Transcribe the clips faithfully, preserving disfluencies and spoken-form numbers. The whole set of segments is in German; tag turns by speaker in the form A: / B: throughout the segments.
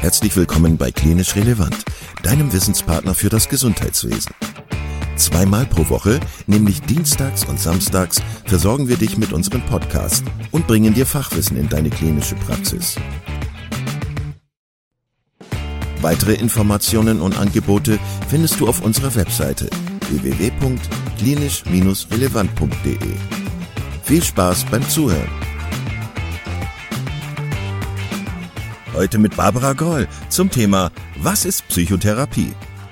A: Herzlich willkommen bei Klinisch Relevant, deinem Wissenspartner für das Gesundheitswesen. Zweimal pro Woche, nämlich dienstags und samstags, versorgen wir dich mit unserem Podcast und bringen dir Fachwissen in deine klinische Praxis. Weitere Informationen und Angebote findest du auf unserer Webseite w w w punkt klinisch relevant punkt d e. Viel Spaß beim Zuhören! Heute mit Barbara Groll zum Thema Was ist Psychotherapie?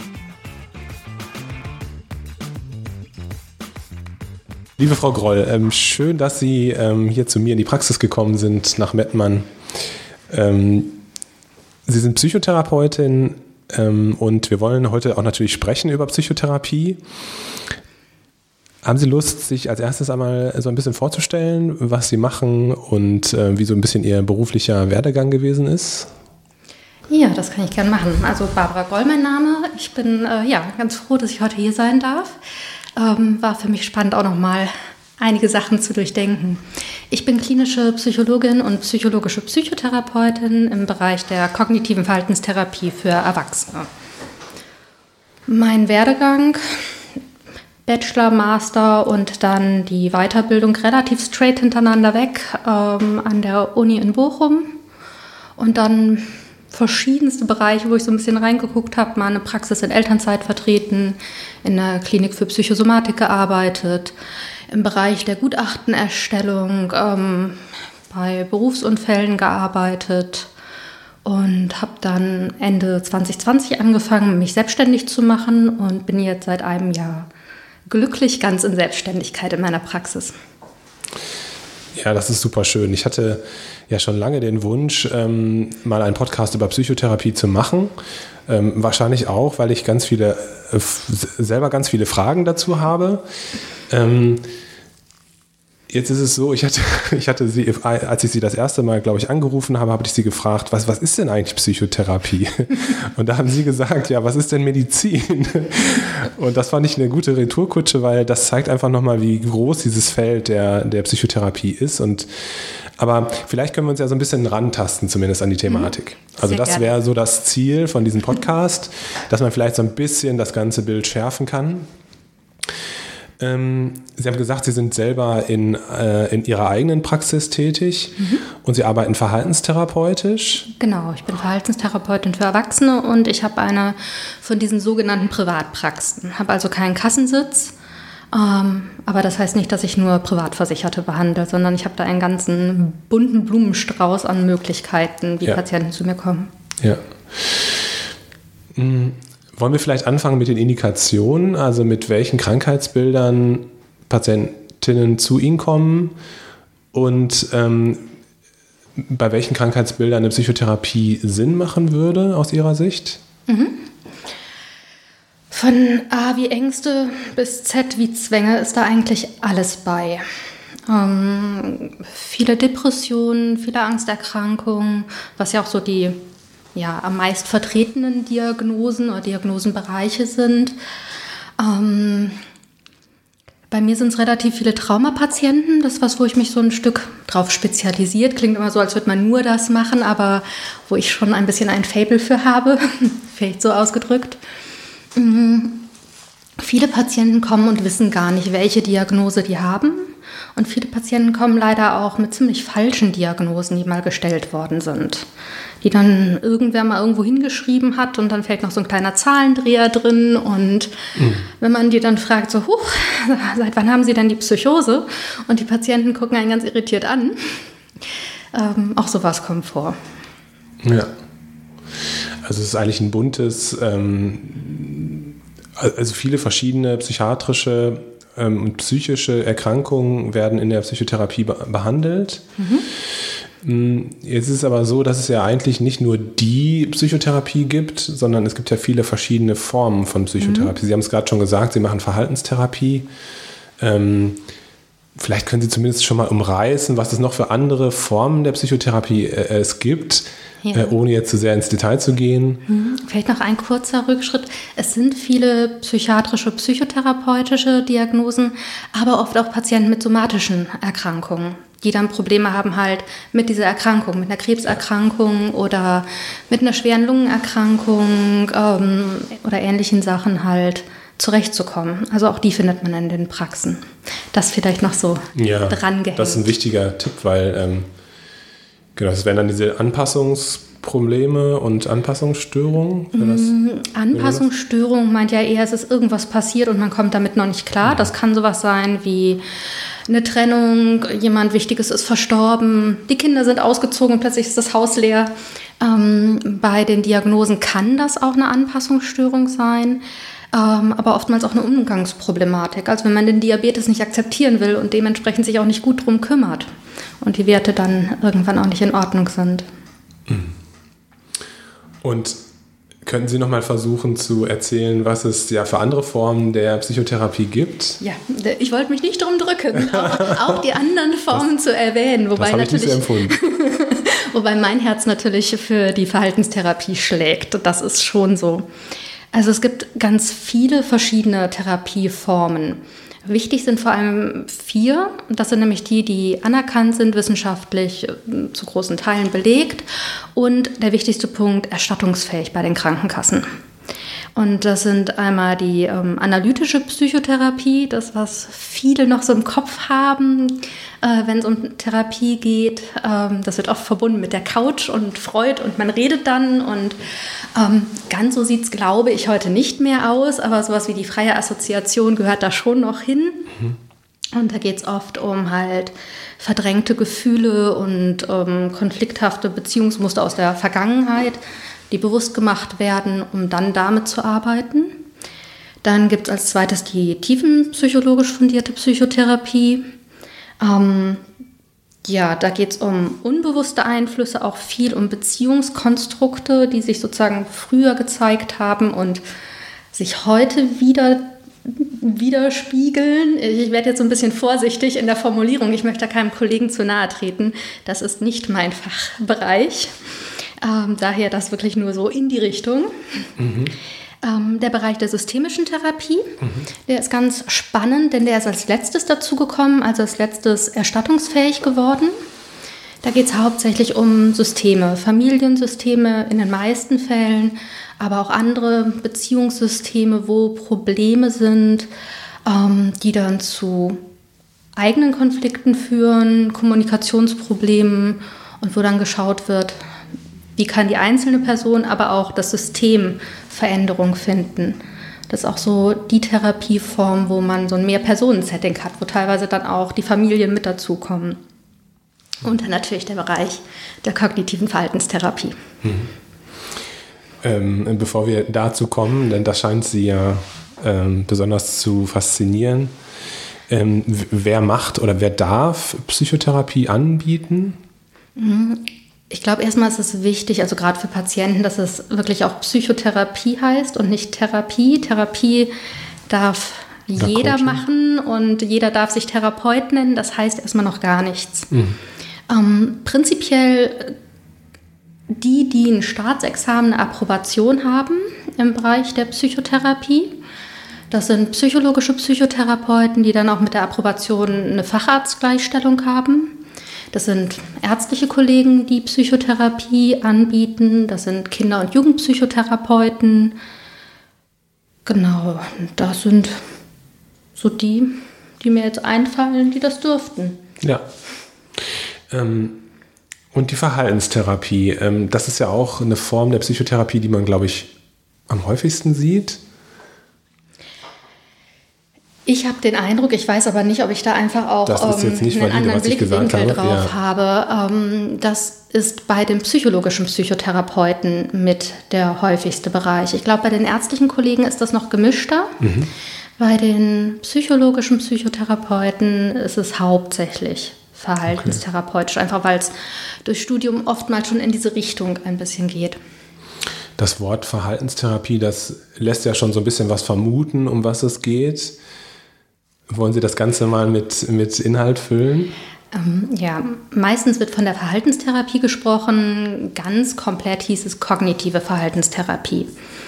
B: Liebe Frau Groll, ähm, schön, dass Sie ähm, hier zu mir in die Praxis gekommen sind, nach Mettmann. Ähm, Sie sind Psychotherapeutin ähm, und wir wollen heute auch natürlich sprechen über Psychotherapie. Haben Sie Lust, sich als erstes einmal so ein bisschen vorzustellen, was Sie machen und äh, wie so ein bisschen Ihr beruflicher Werdegang gewesen ist?
C: Ja, das kann ich gerne machen. Also Barbara Groll mein Name. Ich bin äh, ja, ganz froh, dass ich heute hier sein darf. Ähm, war für mich spannend, auch nochmal einige Sachen zu durchdenken. Ich bin klinische Psychologin und psychologische Psychotherapeutin im Bereich der kognitiven Verhaltenstherapie für Erwachsene. Mein Werdegang: Bachelor, Master und dann die Weiterbildung relativ straight hintereinander weg ähm, an der Uni in Bochum. Und dann verschiedenste Bereiche, wo ich so ein bisschen reingeguckt habe, mal eine Praxis in Elternzeit vertreten, in der Klinik für Psychosomatik gearbeitet, im Bereich der Gutachtenerstellung, ähm, bei Berufsunfällen gearbeitet und habe dann Ende zwanzig zwanzig angefangen, mich selbstständig zu machen und bin jetzt seit einem Jahr glücklich ganz in Selbstständigkeit in meiner Praxis.
B: Ja, das ist super schön. Ich hatte ja schon lange den Wunsch, ähm, mal einen Podcast über Psychotherapie zu machen. Ähm, wahrscheinlich auch, weil ich ganz viele, äh, selber ganz viele Fragen dazu habe. Ähm, Jetzt ist es so, ich hatte, ich hatte sie, als ich sie das erste Mal, glaube ich, angerufen habe, habe ich sie gefragt, was, was ist denn eigentlich Psychotherapie? Und da haben sie gesagt, ja, was ist denn Medizin? Und das fand ich eine gute Retourkutsche, weil das zeigt einfach nochmal, wie groß dieses Feld der, der Psychotherapie ist. Und, aber vielleicht können wir uns ja so ein bisschen rantasten, zumindest an die Thematik. Also das wäre so das Ziel von diesem Podcast, dass man vielleicht so ein bisschen das ganze Bild schärfen kann. Ähm, Sie haben gesagt, Sie sind selber in, äh, in Ihrer eigenen Praxis tätig mhm. und Sie arbeiten verhaltenstherapeutisch.
C: Genau, ich bin Verhaltenstherapeutin für Erwachsene und ich habe eine von diesen sogenannten Privatpraxen. Habe also keinen Kassensitz, ähm, aber das heißt nicht, dass ich nur Privatversicherte behandle, sondern ich habe da einen ganzen bunten Blumenstrauß an Möglichkeiten, wie ja. Patienten zu mir kommen.
B: Ja. Mhm. Wollen wir vielleicht anfangen mit den Indikationen, also mit welchen Krankheitsbildern Patientinnen zu Ihnen kommen und ähm, bei welchen Krankheitsbildern eine Psychotherapie Sinn machen würde aus Ihrer Sicht?
C: Mhm. Von A wie Ängste bis Z wie Zwänge ist da eigentlich alles bei. Ähm, viele Depressionen, viele Angsterkrankungen, was ja auch so die ja, am meist vertretenen Diagnosen oder Diagnosenbereiche sind. Ähm, bei mir sind es relativ viele Traumapatienten. Das ist was, wo ich mich so ein Stück drauf spezialisiert. Klingt immer so, als würde man nur das machen, aber wo ich schon ein bisschen ein Faible für habe, vielleicht so ausgedrückt. Mhm. Viele Patienten kommen und wissen gar nicht, welche Diagnose die haben. Und viele Patienten kommen leider auch mit ziemlich falschen Diagnosen, die mal gestellt worden sind. Die dann irgendwer mal irgendwo hingeschrieben hat und dann fällt noch so ein kleiner Zahlendreher drin. Und mhm. wenn man die dann fragt, so, huch, seit wann haben Sie denn die Psychose? Und die Patienten gucken einen ganz irritiert an. Ähm, auch sowas kommt vor.
B: Ja, also es ist eigentlich ein buntes, ähm, also viele verschiedene psychiatrische und psychische Erkrankungen werden in der Psychotherapie be- behandelt. Mhm. Jetzt ist es aber so, dass es ja eigentlich nicht nur die Psychotherapie gibt, sondern es gibt ja viele verschiedene Formen von Psychotherapie. Mhm. Sie haben es gerade schon gesagt, Sie machen Verhaltenstherapie. Ähm, vielleicht können Sie zumindest schon mal umreißen, was es noch für andere Formen der Psychotherapie äh, es gibt, ja. äh, ohne jetzt zu sehr ins Detail zu gehen.
C: Mhm. Vielleicht noch ein kurzer Rückschritt. Es sind viele psychiatrische, psychotherapeutische Diagnosen, aber oft auch Patienten mit somatischen Erkrankungen. die dann Probleme haben halt mit dieser Erkrankung, mit einer Krebserkrankung oder mit einer schweren Lungenerkrankung ähm, oder ähnlichen Sachen halt zurechtzukommen. Also auch die findet man in den Praxen. Das vielleicht noch so
B: ja,
C: dran gehängt.
B: Das ist ein wichtiger Tipp, weil ähm, genau, das wären dann diese Anpassungsprobleme und Anpassungsstörungen.
C: Das, Anpassungsstörung meint ja eher, es ist irgendwas passiert und man kommt damit noch nicht klar. Das kann sowas sein wie eine Trennung, jemand Wichtiges ist verstorben, die Kinder sind ausgezogen und plötzlich ist das Haus leer. Ähm, bei den Diagnosen kann das auch eine Anpassungsstörung sein. Ähm, aber oftmals auch eine Umgangsproblematik. Also wenn man den Diabetes nicht akzeptieren will und dementsprechend sich auch nicht gut drum kümmert und die Werte dann irgendwann auch nicht in Ordnung sind.
B: Und könnten Sie noch mal versuchen zu erzählen, was es ja für andere Formen der Psychotherapie gibt?
C: Ja, ich wollte mich nicht drum drücken, auch, auch die anderen Formen das, zu erwähnen. Wobei
B: das habe ich nicht so empfunden.
C: Wobei mein Herz natürlich für die Verhaltenstherapie schlägt. Das ist schon so. Also es gibt ganz viele verschiedene Therapieformen. Wichtig sind vor allem vier. Das sind nämlich die, die anerkannt sind, wissenschaftlich zu großen Teilen belegt. Und der wichtigste Punkt, erstattungsfähig bei den Krankenkassen. Und das sind einmal die ähm, analytische Psychotherapie, das, was viele noch so im Kopf haben, äh, wenn es um Therapie geht. Ähm, das wird oft verbunden mit der Couch und Freud und man redet dann. Und ähm, ganz so sieht es, glaube ich, heute nicht mehr aus. Aber sowas wie die freie Assoziation gehört da schon noch hin. Mhm. Und da geht es oft um halt verdrängte Gefühle und ähm, konflikthafte Beziehungsmuster aus der Vergangenheit, die bewusst gemacht werden, um dann damit zu arbeiten. Dann gibt es als zweites die tiefenpsychologisch fundierte Psychotherapie. Ähm, ja, da geht es um unbewusste Einflüsse, auch viel um Beziehungskonstrukte, die sich sozusagen früher gezeigt haben und sich heute wieder widerspiegeln. Ich werde jetzt so ein bisschen vorsichtig in der Formulierung. Ich möchte da keinem Kollegen zu nahe treten. Das ist nicht mein Fachbereich. Ähm, daher das wirklich nur so in die Richtung. Mhm. Ähm, der Bereich der systemischen Therapie, mhm. der ist ganz spannend, denn der ist als letztes dazugekommen, also als letztes erstattungsfähig geworden. Da geht es hauptsächlich um Systeme, Familiensysteme in den meisten Fällen, aber auch andere Beziehungssysteme, wo Probleme sind, ähm, die dann zu eigenen Konflikten führen, Kommunikationsproblemen und wo dann geschaut wird, wie kann die einzelne Person, aber auch das System Veränderung finden. Das ist auch so die Therapieform, wo man so ein Mehr-Personen-Setting hat, wo teilweise dann auch die Familien mit dazukommen. Und dann natürlich der Bereich der kognitiven Verhaltenstherapie.
B: Mhm. Ähm, bevor wir dazu kommen, denn das scheint Sie ja ähm, besonders zu faszinieren, ähm, wer macht oder wer darf Psychotherapie anbieten?
C: Mhm. Ich glaube, erstmal ist es wichtig, also gerade für Patienten, dass es wirklich auch Psychotherapie heißt und nicht Therapie. Therapie darf ja, jeder Coaching. machen und jeder darf sich Therapeut nennen. Das heißt erstmal noch gar nichts. Mhm. Ähm, prinzipiell die, die ein Staatsexamen, eine Approbation haben im Bereich der Psychotherapie. Das sind psychologische Psychotherapeuten, die dann auch mit der Approbation eine Facharztgleichstellung haben. Das sind ärztliche Kollegen, die Psychotherapie anbieten. Das sind Kinder- und Jugendpsychotherapeuten. Genau, das sind so die, die mir jetzt einfallen, die das dürften.
B: Ja. Ähm, und die Verhaltenstherapie, ähm, das ist ja auch eine Form der Psychotherapie, die man, glaube ich, am häufigsten sieht.
C: Ich habe den Eindruck, ich weiß aber nicht, ob ich da einfach auch
B: das ist jetzt nicht
C: ähm, einen
B: valide,
C: anderen Blickwinkel
B: habe.
C: drauf
B: ja.
C: habe. Ähm, das ist bei den psychologischen Psychotherapeuten mit der häufigste Bereich. Ich glaube, bei den ärztlichen Kollegen ist das noch gemischter. Mhm. Bei den psychologischen Psychotherapeuten ist es hauptsächlich verhaltenstherapeutisch, okay. Einfach weil es durch Studium oftmals schon in diese Richtung ein bisschen geht.
B: Das Wort Verhaltenstherapie, das lässt ja schon so ein bisschen was vermuten, um was es geht. Wollen Sie das Ganze mal mit, mit Inhalt füllen?
C: Ähm, ja, meistens wird von der Verhaltenstherapie gesprochen. Ganz komplett hieß es kognitive Verhaltenstherapie.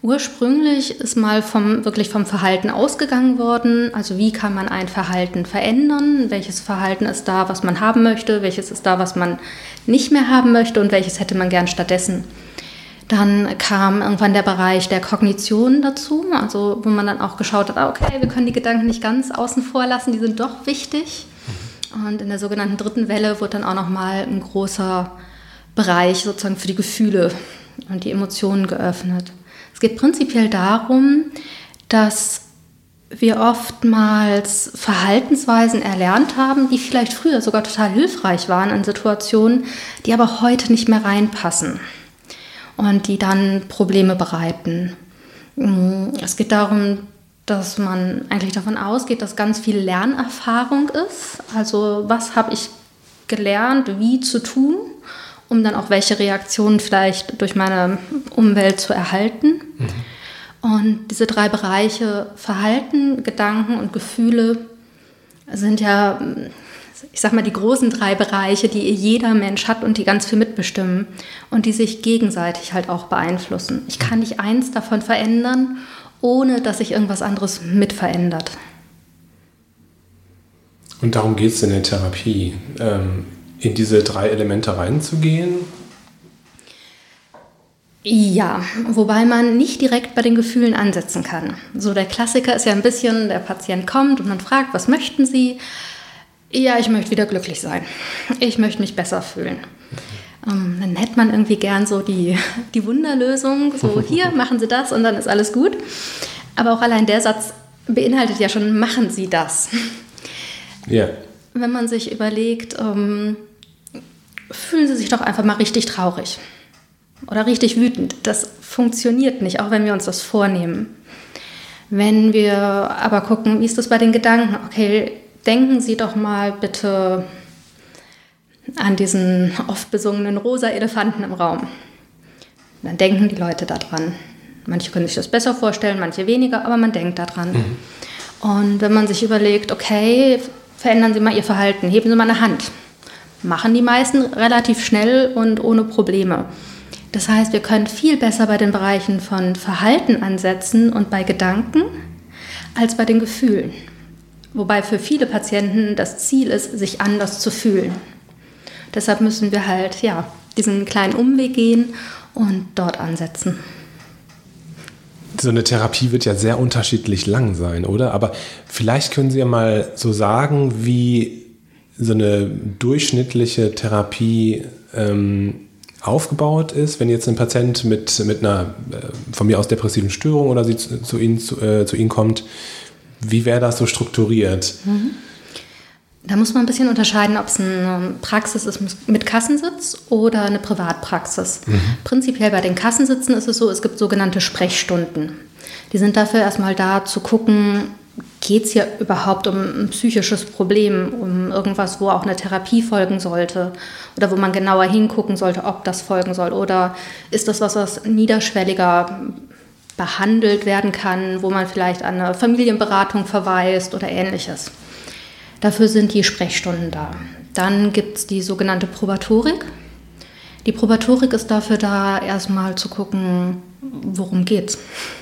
C: Ursprünglich ist mal vom, wirklich vom Verhalten ausgegangen worden. Also wie kann man ein Verhalten verändern? Welches Verhalten ist da, was man haben möchte? Welches ist da, was man nicht mehr haben möchte? Und welches hätte man gern stattdessen? Dann kam irgendwann der Bereich der Kognition dazu, also wo man dann auch geschaut hat, okay, wir können die Gedanken nicht ganz außen vor lassen, die sind doch wichtig. Und in der sogenannten dritten Welle wurde dann auch nochmal ein großer Bereich sozusagen für die Gefühle und die Emotionen geöffnet. Es geht prinzipiell darum, dass wir oftmals Verhaltensweisen erlernt haben, die vielleicht früher sogar total hilfreich waren in Situationen, die aber heute nicht mehr reinpassen und die dann Probleme bereiten. Es geht darum, dass man eigentlich davon ausgeht, dass ganz viel Lernerfahrung ist. Also was habe ich gelernt, wie zu tun, um dann auch welche Reaktionen vielleicht durch meine Umwelt zu erhalten. Mhm. Und diese drei Bereiche Verhalten, Gedanken und Gefühle sind ja, ich sag mal, die großen drei Bereiche, die jeder Mensch hat und die ganz viel mitbestimmen und die sich gegenseitig halt auch beeinflussen. Ich kann nicht eins davon verändern, ohne dass sich irgendwas anderes mit verändert.
B: Und darum geht es in der Therapie, ähm, in diese drei Elemente reinzugehen?
C: Ja, wobei man nicht direkt bei den Gefühlen ansetzen kann. So der Klassiker ist ja ein bisschen, der Patient kommt und man fragt, was möchten Sie? Ja, ich möchte wieder glücklich sein. Ich möchte mich besser fühlen. Ähm, dann hätte man irgendwie gern so die, die Wunderlösung, so hier, machen Sie das und dann ist alles gut. Aber auch allein der Satz beinhaltet ja schon, machen Sie das.
B: Ja.
C: Wenn man sich überlegt, ähm, fühlen Sie sich doch einfach mal richtig traurig oder richtig wütend. Das funktioniert nicht, auch wenn wir uns das vornehmen. Wenn wir aber gucken, wie ist das bei den Gedanken? Okay, denken Sie doch mal bitte an diesen oft besungenen rosa Elefanten im Raum. Dann denken die Leute daran. Manche können sich das besser vorstellen, manche weniger, aber man denkt daran. Mhm. Und wenn man sich überlegt, okay, verändern Sie mal Ihr Verhalten, heben Sie mal eine Hand. Machen die meisten relativ schnell und ohne Probleme. Das heißt, wir können viel besser bei den Bereichen von Verhalten ansetzen und bei Gedanken als bei den Gefühlen. Wobei für viele Patienten das Ziel ist, sich anders zu fühlen. Deshalb müssen wir halt ja, diesen kleinen Umweg gehen und dort ansetzen.
B: So eine Therapie wird ja sehr unterschiedlich lang sein, oder? Aber vielleicht können Sie ja mal so sagen, wie so eine durchschnittliche Therapie ähm, aufgebaut ist, wenn jetzt ein Patient mit, mit einer äh, von mir aus depressiven Störung oder sie zu, zu, Ihnen, zu, äh, zu Ihnen kommt. Wie wäre das so strukturiert?
C: Mhm. Da muss man ein bisschen unterscheiden, ob es eine Praxis ist mit Kassensitz oder eine Privatpraxis. Mhm. Prinzipiell bei den Kassensitzen ist es so, es gibt sogenannte Sprechstunden. Die sind dafür erstmal da zu gucken, geht es hier überhaupt um ein psychisches Problem, um irgendwas, wo auch eine Therapie folgen sollte oder wo man genauer hingucken sollte, ob das folgen soll, oder ist das was, was niederschwelliger behandelt werden kann, wo man vielleicht an eine Familienberatung verweist oder Ähnliches. Dafür sind die Sprechstunden da. Dann gibt es die sogenannte Probatorik. Die Probatorik ist dafür da, erstmal zu gucken, worum geht's.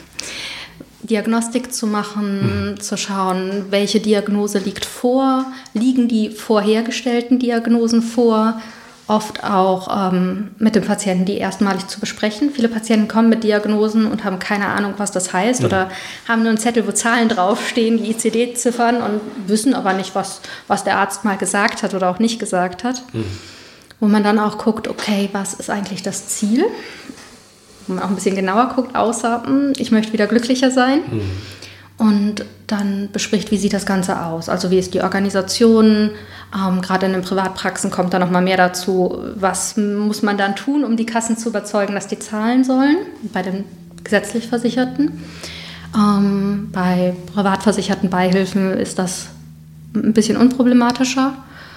C: Diagnostik zu machen, mhm. zu schauen, welche Diagnose liegt vor, liegen die vorhergestellten Diagnosen vor, oft auch ähm, mit dem Patienten die erstmalig zu besprechen. Viele Patienten kommen mit Diagnosen und haben keine Ahnung, was das heißt, mhm. oder haben nur einen Zettel, wo Zahlen draufstehen, die I C D-Ziffern, und wissen aber nicht, was, was der Arzt mal gesagt hat oder auch nicht gesagt hat. Mhm. Wo man dann auch guckt, okay, was ist eigentlich das Ziel? Wo man auch ein bisschen genauer guckt, außer, mh, ich möchte wieder glücklicher sein. Mhm. Und dann bespricht, wie sieht das Ganze aus? Also wie ist die Organisation? Ähm, gerade in den Privatpraxen kommt da noch mal mehr dazu. Was muss man dann tun, um die Kassen zu überzeugen, dass die zahlen sollen? Bei den gesetzlich Versicherten. Ähm, bei privatversicherten Beihilfen ist das ein bisschen unproblematischer.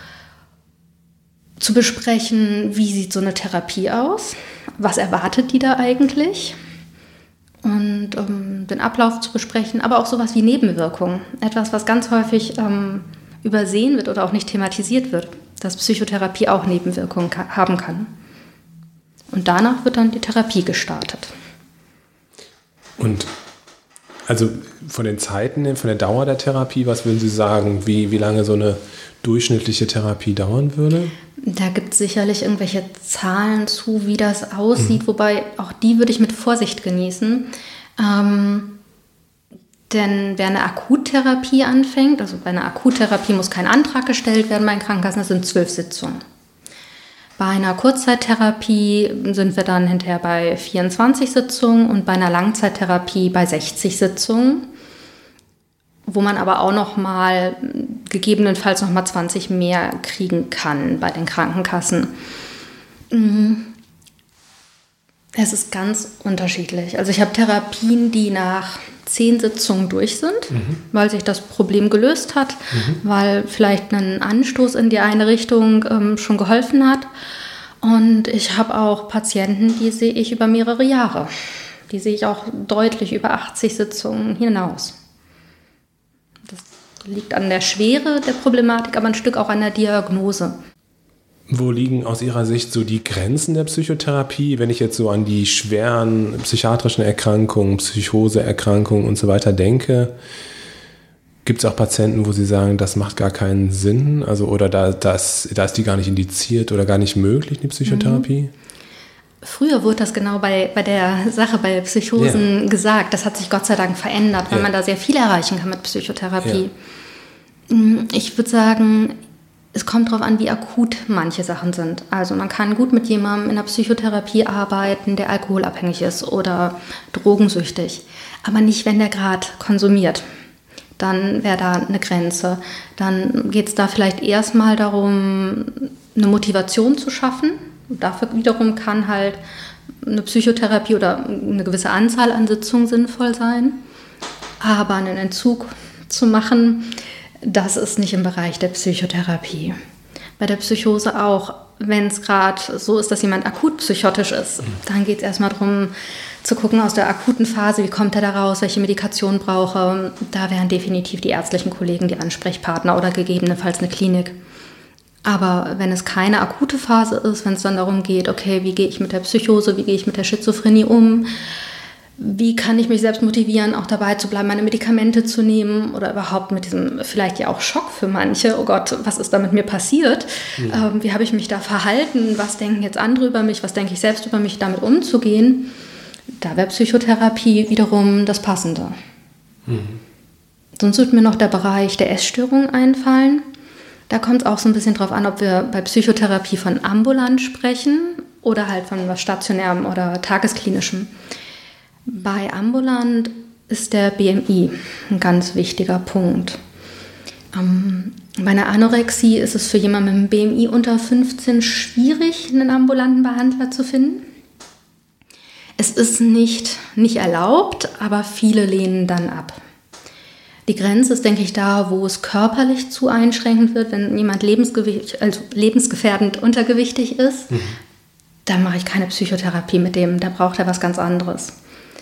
C: Zu besprechen, wie sieht so eine Therapie aus? Was erwartet die da eigentlich? Und um den Ablauf zu besprechen, aber auch sowas wie Nebenwirkungen. Etwas, was ganz häufig ähm, übersehen wird oder auch nicht thematisiert wird, dass Psychotherapie auch Nebenwirkungen ka- haben kann. Und danach wird dann die Therapie gestartet.
B: Und also von den Zeiten, von der Dauer der Therapie, was würden Sie sagen, wie, wie lange so eine durchschnittliche Therapie dauern würde?
C: Da gibt es sicherlich irgendwelche Zahlen zu, wie das aussieht, mhm. wobei auch die würde ich mit Vorsicht genießen. Ähm, denn wer eine Akuttherapie anfängt, also bei einer Akuttherapie muss kein Antrag gestellt werden bei den Krankenkassen, das sind zwölf Sitzungen. Bei einer Kurzzeittherapie sind wir dann hinterher bei vierundzwanzig Sitzungen und bei einer Langzeittherapie bei sechzig Sitzungen, wo man aber auch noch mal gegebenenfalls noch mal zwanzig mehr kriegen kann bei den Krankenkassen. Es ist ganz unterschiedlich. Also ich habe Therapien, die nach zehn Sitzungen durch sind, mhm. weil sich das Problem gelöst hat, mhm. weil vielleicht ein Anstoß in die eine Richtung ähm, schon geholfen hat. Und ich habe auch Patienten, die sehe ich über mehrere Jahre. Die sehe ich auch deutlich über achtzig Sitzungen hinaus. Das liegt an der Schwere der Problematik, aber ein Stück auch an der Diagnose.
B: Wo liegen aus Ihrer Sicht so die Grenzen der Psychotherapie, wenn ich jetzt so an die schweren psychiatrischen Erkrankungen, Psychoseerkrankungen und so weiter denke? Gibt es auch Patienten, wo Sie sagen, das macht gar keinen Sinn? Also, oder da, das, da ist die gar nicht indiziert oder gar nicht möglich, die Psychotherapie?
C: Früher wurde das genau bei, bei der Sache bei Psychosen ja. gesagt. Das hat sich Gott sei Dank verändert, weil ja. man da sehr viel erreichen kann mit Psychotherapie. Ja. Ich würde sagen, es kommt darauf an, wie akut manche Sachen sind. Also man kann gut mit jemandem in der Psychotherapie arbeiten, der alkoholabhängig ist oder drogensüchtig. Aber nicht, wenn der gerade konsumiert. Dann wäre da eine Grenze. Dann geht es da vielleicht erstmal darum, eine Motivation zu schaffen. Und dafür wiederum kann halt eine Psychotherapie oder eine gewisse Anzahl an Sitzungen sinnvoll sein. Aber einen Entzug zu machen, das ist nicht im Bereich der Psychotherapie. Bei der Psychose auch, wenn es gerade so ist, dass jemand akut psychotisch ist, dann geht es erstmal darum, zu gucken aus der akuten Phase, wie kommt er da raus, welche Medikation braucht er. Da wären definitiv die ärztlichen Kollegen die Ansprechpartner oder gegebenenfalls eine Klinik. Aber wenn es keine akute Phase ist, wenn es dann darum geht, okay, wie gehe ich mit der Psychose, wie gehe ich mit der Schizophrenie um, wie kann ich mich selbst motivieren, auch dabei zu bleiben, meine Medikamente zu nehmen oder überhaupt mit diesem, vielleicht ja auch Schock für manche, oh Gott, was ist da mit mir passiert, ja. ähm, wie habe ich mich da verhalten, was denken jetzt andere über mich, was denke ich selbst über mich, damit umzugehen, da wäre Psychotherapie wiederum das Passende. Mhm. Sonst wird mir noch der Bereich der Essstörung einfallen. Da kommt es auch so ein bisschen drauf an, ob wir bei Psychotherapie von ambulant sprechen oder halt von was Stationärem oder Tagesklinischem. Bei ambulant ist der B M I ein ganz wichtiger Punkt. Ähm, bei einer Anorexie ist es für jemanden mit einem B M I unter fünfzehn schwierig, einen ambulanten Behandler zu finden. Es ist nicht, nicht erlaubt, aber viele lehnen dann ab. Die Grenze ist, denke ich, da, wo es körperlich zu einschränkend wird, wenn jemand lebensgewicht, also lebensgefährdend untergewichtig ist. Mhm. Dann mache ich keine Psychotherapie mit dem, da braucht er was ganz anderes.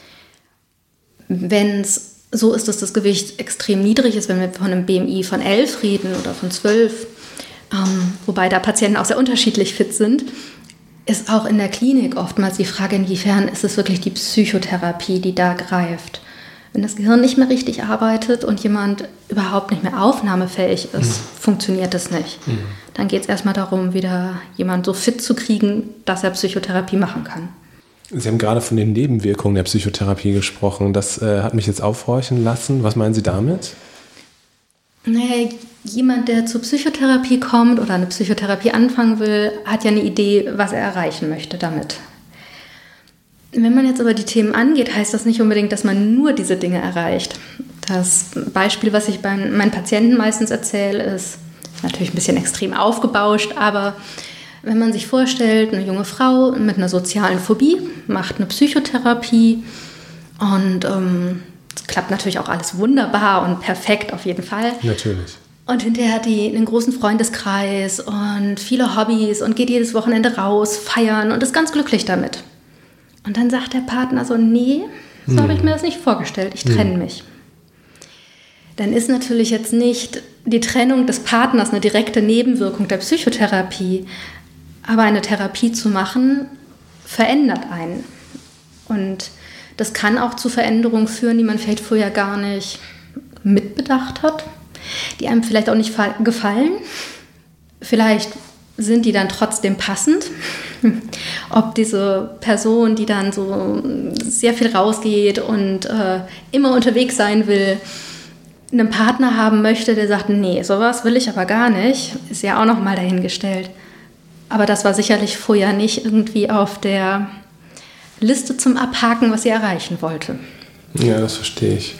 C: Wenn es so ist, dass das Gewicht extrem niedrig ist, wenn wir von einem B M I von elf reden oder von zwölf, ähm, wobei da Patienten auch sehr unterschiedlich fit sind, ist auch in der Klinik oftmals die Frage, inwiefern ist es wirklich die Psychotherapie, die da greift. Wenn das Gehirn nicht mehr richtig arbeitet und jemand überhaupt nicht mehr aufnahmefähig ist, mhm. funktioniert das nicht. Mhm. Dann geht es erstmal darum, wieder jemanden so fit zu kriegen, dass er Psychotherapie machen kann.
B: Sie haben gerade von den Nebenwirkungen der Psychotherapie gesprochen. Das äh, hat mich jetzt aufhorchen lassen. Was meinen Sie damit?
C: Naja, jemand, der zur Psychotherapie kommt oder eine Psychotherapie anfangen will, hat ja eine Idee, was er erreichen möchte damit. Wenn man jetzt aber die Themen angeht, heißt das nicht unbedingt, dass man nur diese Dinge erreicht. Das Beispiel, was ich bei meinen Patienten meistens erzähle, ist natürlich ein bisschen extrem aufgebauscht, aber wenn man sich vorstellt, eine junge Frau mit einer sozialen Phobie macht eine Psychotherapie und ähm, es klappt natürlich auch alles wunderbar und perfekt auf jeden Fall.
B: Natürlich.
C: Und hinterher hat die einen großen Freundeskreis und viele Hobbys und geht jedes Wochenende raus, feiern und ist ganz glücklich damit. Und dann sagt der Partner so, nee, so hm. habe ich mir das nicht vorgestellt, ich trenne hm. mich. Dann ist natürlich jetzt nicht die Trennung des Partners eine direkte Nebenwirkung der Psychotherapie, aber eine Therapie zu machen, verändert einen. Und Das kann auch zu Veränderungen führen, die man vielleicht vorher gar nicht mitbedacht hat, die einem vielleicht auch nicht gefallen. Vielleicht sind die dann trotzdem passend. Ob diese Person, die dann so sehr viel rausgeht und äh, immer unterwegs sein will, einen Partner haben möchte, der sagt, nee, sowas will ich aber gar nicht, ist ja auch noch mal dahingestellt. Aber das war sicherlich vorher nicht irgendwie auf der Liste zum Abhaken, was sie erreichen wollte.
B: Ja, das verstehe ich.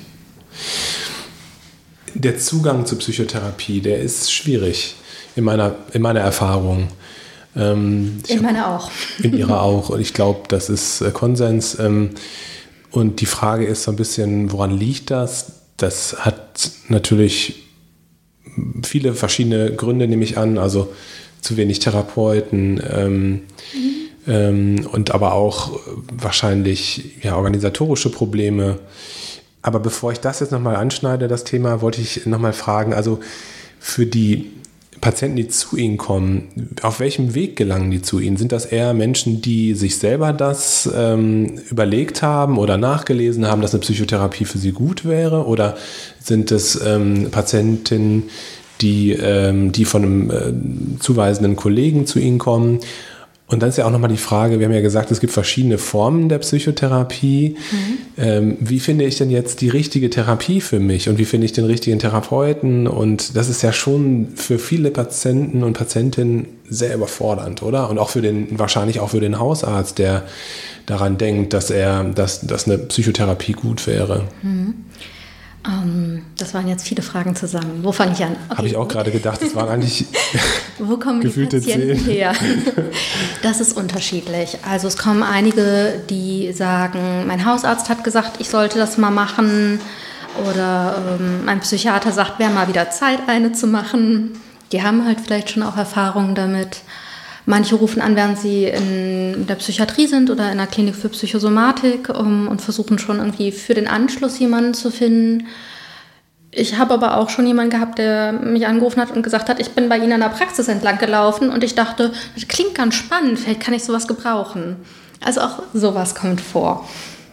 B: Der Zugang zur Psychotherapie, der ist schwierig in meiner, in meiner Erfahrung. Ähm,
C: in meiner auch.
B: In ihrer auch. Und ich glaube, das ist äh, Konsens. Ähm, und die Frage ist so ein bisschen, woran liegt das? Das hat natürlich viele verschiedene Gründe, nehme ich an. Also zu wenig Therapeuten ähm, mhm. ähm, und aber auch wahrscheinlich ja, organisatorische Probleme. Aber bevor ich das jetzt nochmal anschneide, das Thema, wollte ich nochmal fragen, also für die Patienten, die zu Ihnen kommen, auf welchem Weg gelangen die zu Ihnen? Sind das eher Menschen, die sich selber das ähm, überlegt haben oder nachgelesen haben, dass eine Psychotherapie für sie gut wäre? Oder sind es ähm, Patientinnen, die, ähm, die von einem äh, zuweisenden Kollegen zu Ihnen kommen? Und dann ist ja auch nochmal die Frage, wir haben ja gesagt, es gibt verschiedene Formen der Psychotherapie. Mhm. Ähm, wie finde ich denn jetzt die richtige Therapie für mich und wie finde ich den richtigen Therapeuten? Und das ist ja schon für viele Patienten und Patientinnen sehr überfordernd, oder? Und auch für den, wahrscheinlich auch für den Hausarzt, der daran denkt, dass er, dass, dass eine Psychotherapie gut wäre.
C: Mhm. Um, das waren jetzt viele Fragen zusammen. Wo fange ich an?
B: Okay. Habe ich auch gerade gedacht, das waren eigentlich
C: Wo kommen die Patienten zehn. her? Das ist unterschiedlich. Also es kommen einige, die sagen, mein Hausarzt hat gesagt, ich sollte das mal machen. Oder ähm, mein Psychiater sagt, wäre mal wieder Zeit, eine zu machen. Die haben halt vielleicht schon auch Erfahrungen damit. Manche rufen an, während sie in der Psychiatrie sind oder in der Klinik für Psychosomatik um, und versuchen schon irgendwie für den Anschluss jemanden zu finden. Ich habe aber auch schon jemanden gehabt, der mich angerufen hat und gesagt hat, ich bin bei Ihnen an der Praxis entlang gelaufen und ich dachte, das klingt ganz spannend, vielleicht kann ich sowas gebrauchen. Also auch sowas kommt vor.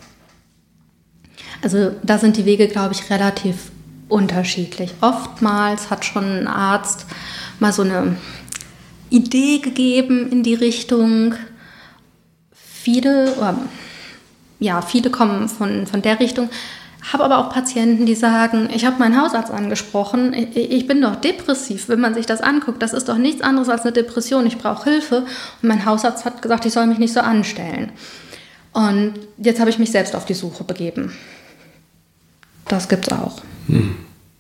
C: Also da sind die Wege, glaube ich, relativ unterschiedlich. Oftmals hat schon ein Arzt mal so eine Idee gegeben in die Richtung. Viele, ja, viele kommen von, von der Richtung. Habe aber auch Patienten, die sagen, ich habe meinen Hausarzt angesprochen, ich, ich bin doch depressiv, wenn man sich das anguckt. Das ist doch nichts anderes als eine Depression, ich brauche Hilfe. Und mein Hausarzt hat gesagt, ich soll mich nicht so anstellen. Und jetzt habe ich mich selbst auf die Suche begeben. Das gibt's auch.
B: Hm.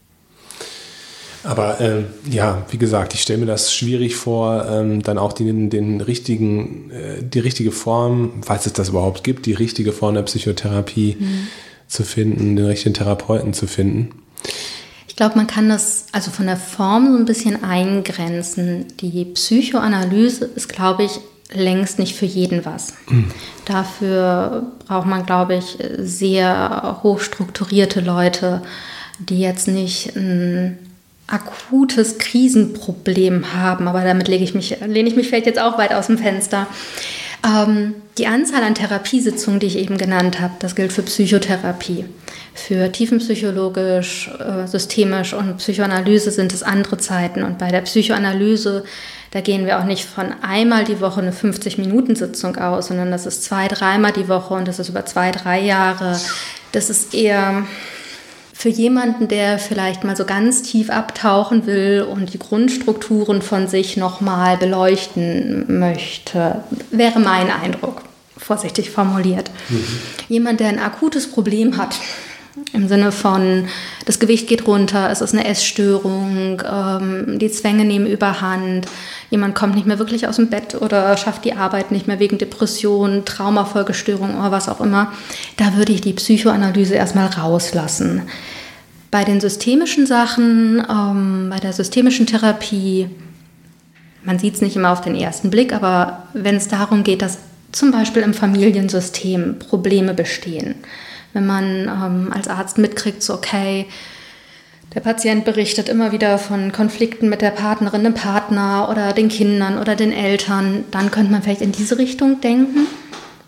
B: Aber äh, ja, wie gesagt, ich stelle mir das schwierig vor, ähm, dann auch den, den richtigen, äh, die richtige Form, falls es das überhaupt gibt, die richtige Form der Psychotherapie mhm. zu finden, den richtigen Therapeuten zu finden.
C: Ich glaube, man kann das also von der Form so ein bisschen eingrenzen. Die Psychoanalyse ist, glaube ich, längst nicht für jeden was. Mhm. Dafür braucht man, glaube ich, sehr hochstrukturierte Leute, die jetzt nicht ein akutes Krisenproblem haben, aber damit lege ich mich, lehne ich mich vielleicht jetzt auch weit aus dem Fenster. Ähm, die Anzahl an Therapiesitzungen, die ich eben genannt habe, das gilt für Psychotherapie. Für tiefenpsychologisch, äh, systemisch und Psychoanalyse sind es andere Zeiten. Und bei der Psychoanalyse, da gehen wir auch nicht von einmal die Woche eine fünfzig-Minuten-Sitzung aus, sondern das ist zwei-, dreimal die Woche und das ist über zwei, drei Jahre. Das ist eher für jemanden, der vielleicht mal so ganz tief abtauchen will und die Grundstrukturen von sich nochmal beleuchten möchte, wäre mein Eindruck, vorsichtig formuliert. Mhm. Jemand, der ein akutes Problem hat, im Sinne von, das Gewicht geht runter, es ist eine Essstörung, ähm, die Zwänge nehmen überhand, jemand kommt nicht mehr wirklich aus dem Bett oder schafft die Arbeit nicht mehr wegen Depression, Traumafolgestörung oder was auch immer, da würde ich die Psychoanalyse erstmal rauslassen. Bei den systemischen Sachen, ähm, bei der systemischen Therapie, man sieht es nicht immer auf den ersten Blick, aber wenn es darum geht, dass zum Beispiel im Familiensystem Probleme bestehen, wenn man ähm, als Arzt mitkriegt, so okay, der Patient berichtet immer wieder von Konflikten mit der Partnerin, dem Partner oder den Kindern oder den Eltern, dann könnte man vielleicht in diese Richtung denken.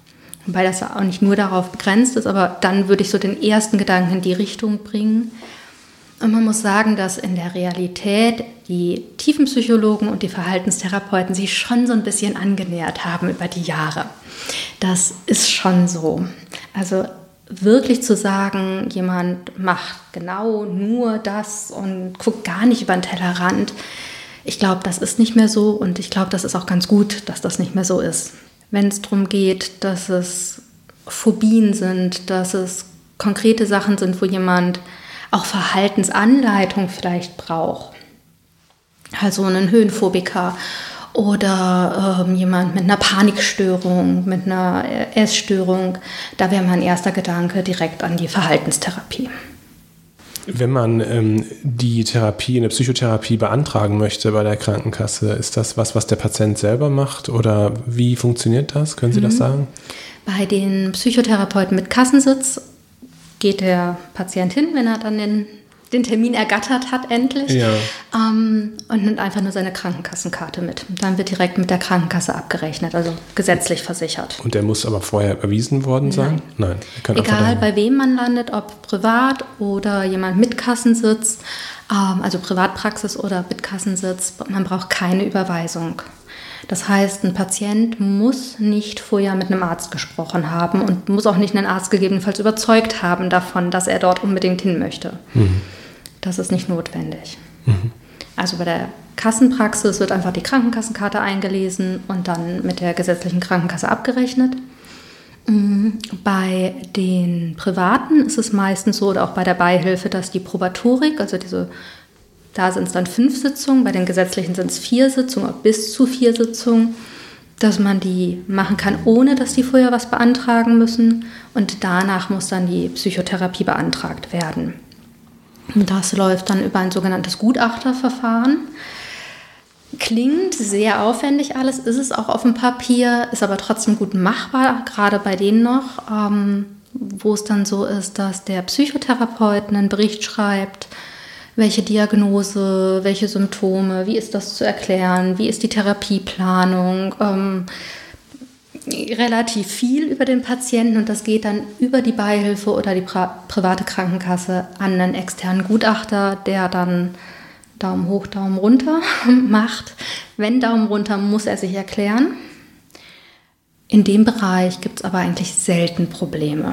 C: Wobei das auch nicht nur darauf begrenzt ist, aber dann würde ich so den ersten Gedanken in die Richtung bringen. Und man muss sagen, dass in der Realität die Tiefenpsychologen und die Verhaltenstherapeuten sich schon so ein bisschen angenähert haben über die Jahre. Das ist schon so. Also wirklich zu sagen, jemand macht genau nur das und guckt gar nicht über den Tellerrand, ich glaube, das ist nicht mehr so und ich glaube, das ist auch ganz gut, dass das nicht mehr so ist. Wenn es darum geht, dass es Phobien sind, dass es konkrete Sachen sind, wo jemand auch Verhaltensanleitung vielleicht braucht, also einen Höhenphobiker oder ähm, jemand mit einer Panikstörung, mit einer Essstörung, da wäre mein erster Gedanke direkt an die Verhaltenstherapie.
B: Wenn man ähm, die Therapie, eine Psychotherapie beantragen möchte bei der Krankenkasse, ist das was, was der Patient selber macht oder wie funktioniert das? Können Sie mhm. das sagen?
C: Bei den Psychotherapeuten mit Kassensitz geht der Patient hin, wenn er dann den, den Termin ergattert hat, endlich,
B: ja.
C: ähm, und nimmt einfach nur seine Krankenkassenkarte mit. Dann wird direkt mit der Krankenkasse abgerechnet, also gesetzlich versichert.
B: Und der muss aber vorher überwiesen worden sein?
C: Nein. Nein. Egal, bei wem man landet, ob privat oder jemand mit Kassensitz, ähm, also Privatpraxis oder mit Kassensitz, man braucht keine Überweisung. Das heißt, ein Patient muss nicht vorher mit einem Arzt gesprochen haben und muss auch nicht einen Arzt gegebenenfalls überzeugt haben davon, dass er dort unbedingt hin möchte. Mhm. Das ist nicht notwendig. Mhm. Also bei der Kassenpraxis wird einfach die Krankenkassenkarte eingelesen und dann mit der gesetzlichen Krankenkasse abgerechnet. Mhm. Bei den Privaten ist es meistens so, oder auch bei der Beihilfe, dass die Probatorik, also diese Da sind es dann fünf Sitzungen, bei den gesetzlichen sind es vier Sitzungen, bis zu vier Sitzungen, dass man die machen kann, ohne dass die vorher was beantragen müssen. Und danach muss dann die Psychotherapie beantragt werden. Und das läuft dann über ein sogenanntes Gutachterverfahren. Klingt sehr aufwendig alles, ist es auch auf dem Papier, ist aber trotzdem gut machbar, gerade bei denen noch, ähm, wo es dann so ist, dass der Psychotherapeut einen Bericht schreibt, welche Diagnose, welche Symptome, wie ist das zu erklären, wie ist die Therapieplanung, ähm, relativ viel über den Patienten und das geht dann über die Beihilfe oder die pra- private Krankenkasse an einen externen Gutachter, der dann Daumen hoch, Daumen runter macht. Wenn Daumen runter, muss er sich erklären. In dem Bereich gibt es aber eigentlich selten Probleme.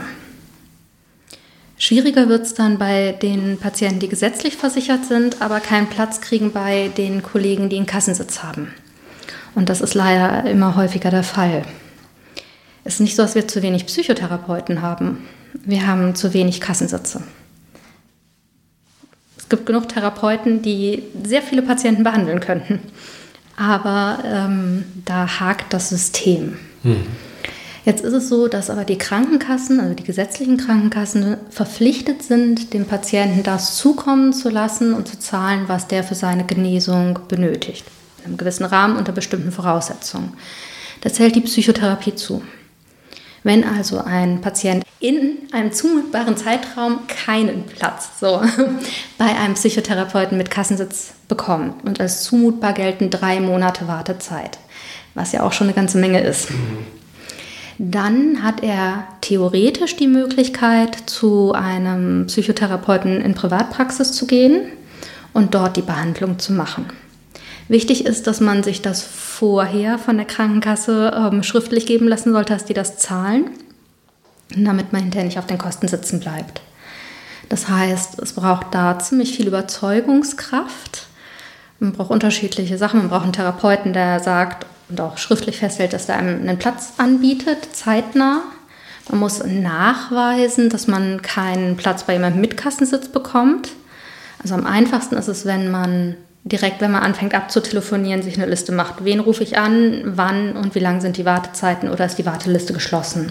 C: Schwieriger wird es dann bei den Patienten, die gesetzlich versichert sind, aber keinen Platz kriegen bei den Kollegen, die einen Kassensitz haben. Und das ist leider immer häufiger der Fall. Es ist nicht so, dass wir zu wenig Psychotherapeuten haben. Wir haben zu wenig Kassensitze. Es gibt genug Therapeuten, die sehr viele Patienten behandeln könnten. Aber ähm, da hakt das System. Hm. Jetzt ist es so, dass aber die Krankenkassen, also die gesetzlichen Krankenkassen, verpflichtet sind, dem Patienten das zukommen zu lassen und zu zahlen, was der für seine Genesung benötigt. In einem gewissen Rahmen unter bestimmten Voraussetzungen. Da zählt die Psychotherapie zu. Wenn also ein Patient in einem zumutbaren Zeitraum keinen Platz so, bei einem Psychotherapeuten mit Kassensitz bekommt und als zumutbar gelten drei Monate Wartezeit, was ja auch schon eine ganze Menge ist, dann hat er theoretisch die Möglichkeit, zu einem Psychotherapeuten in Privatpraxis zu gehen und dort die Behandlung zu machen. Wichtig ist, dass man sich das vorher von der Krankenkasse ähm, schriftlich geben lassen sollte, dass die das zahlen, damit man hinterher nicht auf den Kosten sitzen bleibt. Das heißt, es braucht da ziemlich viel Überzeugungskraft. Man braucht unterschiedliche Sachen. Man braucht einen Therapeuten, der sagt und auch schriftlich festhält, dass er einem einen Platz anbietet, zeitnah. Man muss nachweisen, dass man keinen Platz bei jemandem mit Kassensitz bekommt. Also am einfachsten ist es, wenn man direkt, wenn man anfängt abzutelefonieren, sich eine Liste macht. Wen rufe ich an, wann und wie lang sind die Wartezeiten oder ist die Warteliste geschlossen?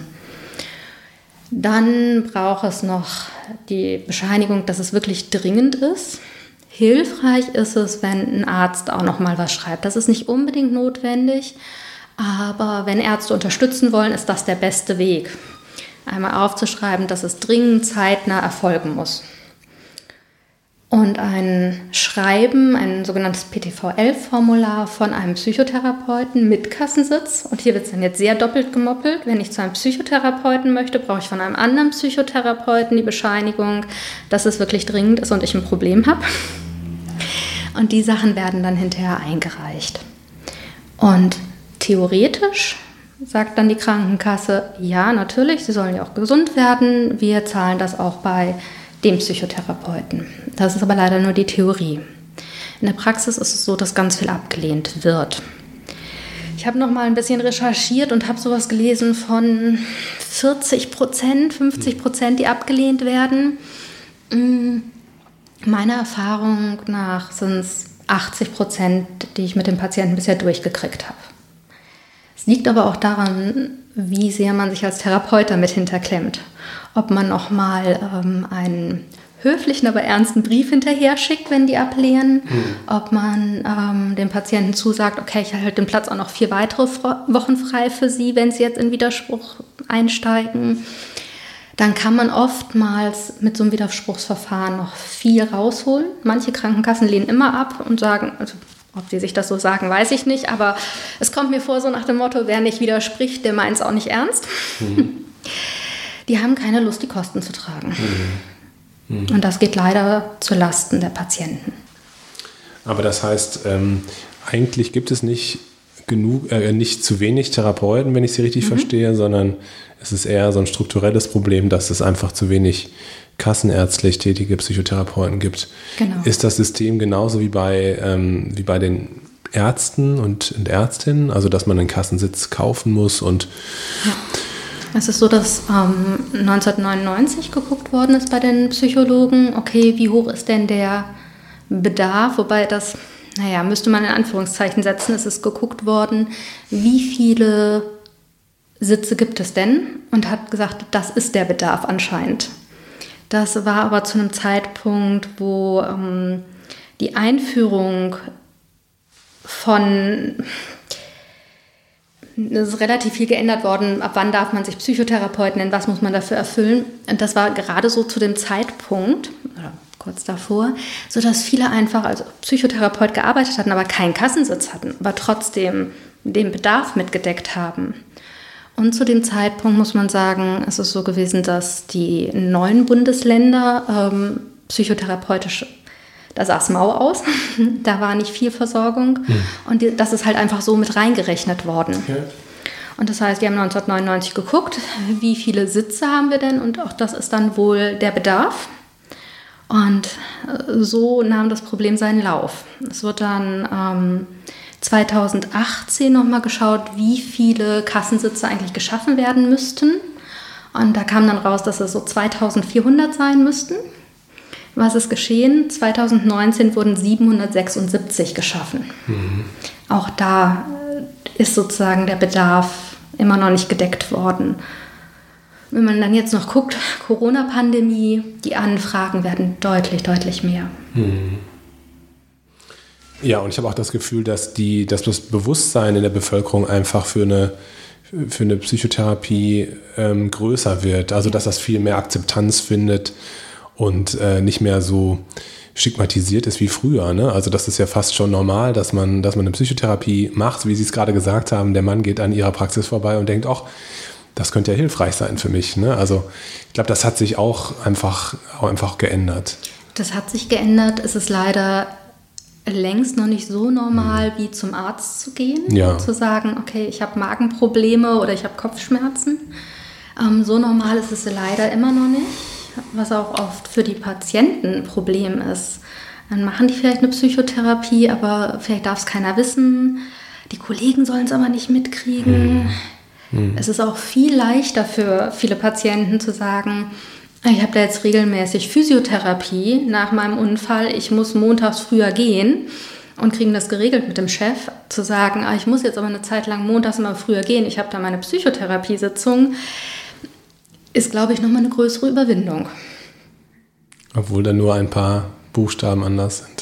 C: Dann braucht es noch die Bescheinigung, dass es wirklich dringend ist. Hilfreich ist es, wenn ein Arzt auch noch mal was schreibt. Das ist nicht unbedingt notwendig, aber wenn Ärzte unterstützen wollen, ist das der beste Weg. Einmal aufzuschreiben, dass es dringend zeitnah erfolgen muss. und ein Schreiben, ein sogenanntes P T V elf Formular von einem Psychotherapeuten mit Kassensitz. Und hier wird es dann jetzt sehr doppelt gemoppelt. Wenn ich zu einem Psychotherapeuten möchte, brauche ich von einem anderen Psychotherapeuten die Bescheinigung, dass es wirklich dringend ist und ich ein Problem habe. Und die Sachen werden dann hinterher eingereicht. Und theoretisch sagt dann die Krankenkasse, ja, natürlich, Sie sollen ja auch gesund werden. Wir zahlen das auch bei dem Psychotherapeuten. Das ist aber leider nur die Theorie. In der Praxis ist es so, dass ganz viel abgelehnt wird. Ich habe noch mal ein bisschen recherchiert und habe sowas gelesen von vierzig Prozent, fünfzig Prozent, die abgelehnt werden. Meiner Erfahrung nach sind es achtzig Prozent, die ich mit dem Patienten bisher durchgekriegt habe. Es liegt aber auch daran, wie sehr man sich als Therapeut damit hinterklemmt. Ob man nochmal ähm, einen höflichen, aber ernsten Brief hinterher schickt, wenn die ablehnen. Mhm. Ob man ähm, dem Patienten zusagt, okay, ich halte den Platz auch noch vier weitere Fro- Wochen frei für Sie, wenn Sie jetzt in Widerspruch einsteigen. Dann kann man oftmals mit so einem Widerspruchsverfahren noch viel rausholen. Manche Krankenkassen lehnen immer ab und sagen, also ob die sich das so sagen, weiß ich nicht, aber es kommt mir vor so nach dem Motto, wer nicht widerspricht, der meint es auch nicht ernst. Mhm. Die haben keine Lust, die Kosten zu tragen. Mhm. Mhm. Und das geht leider zu Lasten der Patienten.
B: Aber das heißt, ähm, eigentlich gibt es nicht genug, äh, nicht zu wenig Therapeuten, wenn ich sie richtig mhm. verstehe, sondern es ist eher so ein strukturelles Problem, dass es einfach zu wenig kassenärztlich tätige Psychotherapeuten gibt. Genau. Ist das System genauso wie bei, ähm, wie bei den Ärzten und, und Ärztinnen, also dass man einen Kassensitz kaufen muss und
C: ja. Es ist so, dass ähm, neunzehnhundertneunundneunzig geguckt worden ist bei den Psychologen, okay, wie hoch ist denn der Bedarf, wobei das, naja, müsste man in Anführungszeichen setzen, es ist geguckt worden, wie viele Sitze gibt es denn und hat gesagt, das ist der Bedarf anscheinend. Das war aber zu einem Zeitpunkt, wo ähm, die Einführung von, es ist relativ viel geändert worden, ab wann darf man sich Psychotherapeut nennen, was muss man dafür erfüllen. Und das war gerade so zu dem Zeitpunkt, oder kurz davor, sodass viele einfach als Psychotherapeut gearbeitet hatten, aber keinen Kassensitz hatten, aber trotzdem den Bedarf mitgedeckt haben. Und zu dem Zeitpunkt muss man sagen, es ist so gewesen, dass die neuen Bundesländer ähm, psychotherapeutisch, da sah es mau aus, da war nicht viel Versorgung mhm. und die, das ist halt einfach so mit reingerechnet worden. Okay. Und das heißt, die haben neunzehnhundertneunundneunzig geguckt, wie viele Sitze haben wir denn und auch das ist dann wohl der Bedarf. Und so nahm das Problem seinen Lauf. Es wird dann ähm, zweitausendachtzehn nochmal geschaut, wie viele Kassensitze eigentlich geschaffen werden müssten. Und da kam dann raus, dass es so zweitausendvierhundert sein müssten. Was ist geschehen? zweitausendneunzehn wurden siebenhundertsechsundsiebzig geschaffen. Mhm. Auch da ist sozusagen der Bedarf immer noch nicht gedeckt worden. Wenn man dann jetzt noch guckt, Corona-Pandemie, die Anfragen werden deutlich, deutlich mehr.
B: Mhm. Ja, und ich habe auch das Gefühl, dass, die, dass das Bewusstsein in der Bevölkerung einfach für eine, für eine Psychotherapie ähm, größer wird. Also, dass das viel mehr Akzeptanz findet und äh, nicht mehr so stigmatisiert ist wie früher. Ne? Also, das ist ja fast schon normal, dass man, dass man eine Psychotherapie macht. Wie Sie es gerade gesagt haben, der Mann geht an Ihrer Praxis vorbei und denkt, ach, das könnte ja hilfreich sein für mich. Ne? Also, ich glaube, das hat sich auch einfach, auch einfach geändert.
C: Das hat sich geändert. Es ist leider längst noch nicht so normal, wie zum Arzt zu gehen, ja. zu sagen, okay, ich habe Magenprobleme oder ich habe Kopfschmerzen. Ähm, so normal ist es leider immer noch nicht, was auch oft für die Patienten ein Problem ist. Dann machen die vielleicht eine Psychotherapie, aber vielleicht darf es keiner wissen. Die Kollegen sollen es aber nicht mitkriegen. Hm. Hm. Es ist auch viel leichter für viele Patienten zu sagen, ich habe da jetzt regelmäßig Physiotherapie nach meinem Unfall. Ich muss montags früher gehen und kriegen das geregelt mit dem Chef, zu sagen, ah, ich muss jetzt aber eine Zeit lang montags immer früher gehen. Ich habe da meine Psychotherapiesitzung. Ist, glaube ich, nochmal eine größere Überwindung.
B: Obwohl da nur ein paar Buchstaben anders sind.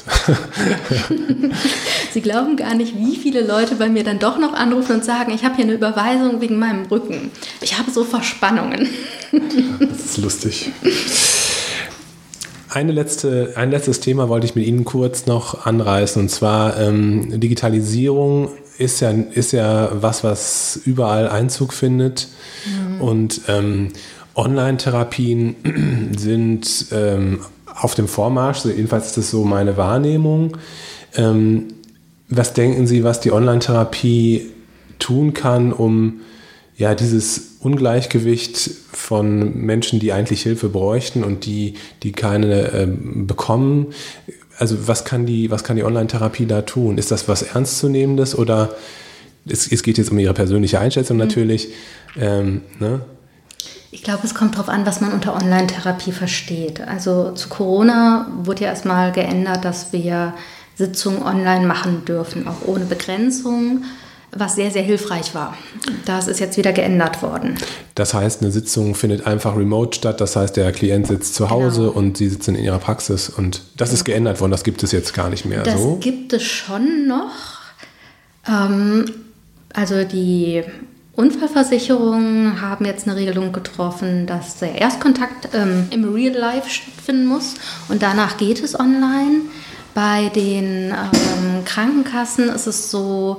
C: Sie glauben gar nicht, wie viele Leute bei mir dann doch noch anrufen und sagen, ich habe hier eine Überweisung wegen meinem Rücken. Ich habe so Verspannungen.
B: Das ist lustig. eine letzte, ein letztes Thema wollte ich mit Ihnen kurz noch anreißen, und zwar ähm, Digitalisierung ist ja, ist ja was, was überall Einzug findet. Mhm. Und ähm, Online-Therapien sind ähm, auf dem Vormarsch, so jedenfalls ist das so meine Wahrnehmung. Ähm, was denken Sie, was die Online-Therapie tun kann, um ja dieses Ungleichgewicht von Menschen, die eigentlich Hilfe bräuchten und die, die keine äh, bekommen, also was kann die, was kann die Online-Therapie da tun? Ist das was Ernstzunehmendes oder es, es geht jetzt um Ihre persönliche Einschätzung natürlich, ähm, ne?
C: Ich glaube, es kommt darauf an, was man unter Online-Therapie versteht. Also zu Corona wurde ja erstmal geändert, dass wir Sitzungen online machen dürfen, auch ohne Begrenzung, was sehr, sehr hilfreich war. Das ist jetzt wieder geändert worden.
B: Das heißt, eine Sitzung findet einfach remote statt. Das heißt, der Klient sitzt zu Hause genau. und Sie sitzen in Ihrer Praxis. Und das ist geändert worden. Das gibt es jetzt gar nicht mehr.
C: Das
B: so.
C: gibt es schon noch. Ähm, also die Unfallversicherungen haben jetzt eine Regelung getroffen, dass der Erstkontakt ähm, im Real Life stattfinden muss. Und danach geht es online. Bei den ähm, Krankenkassen ist es so,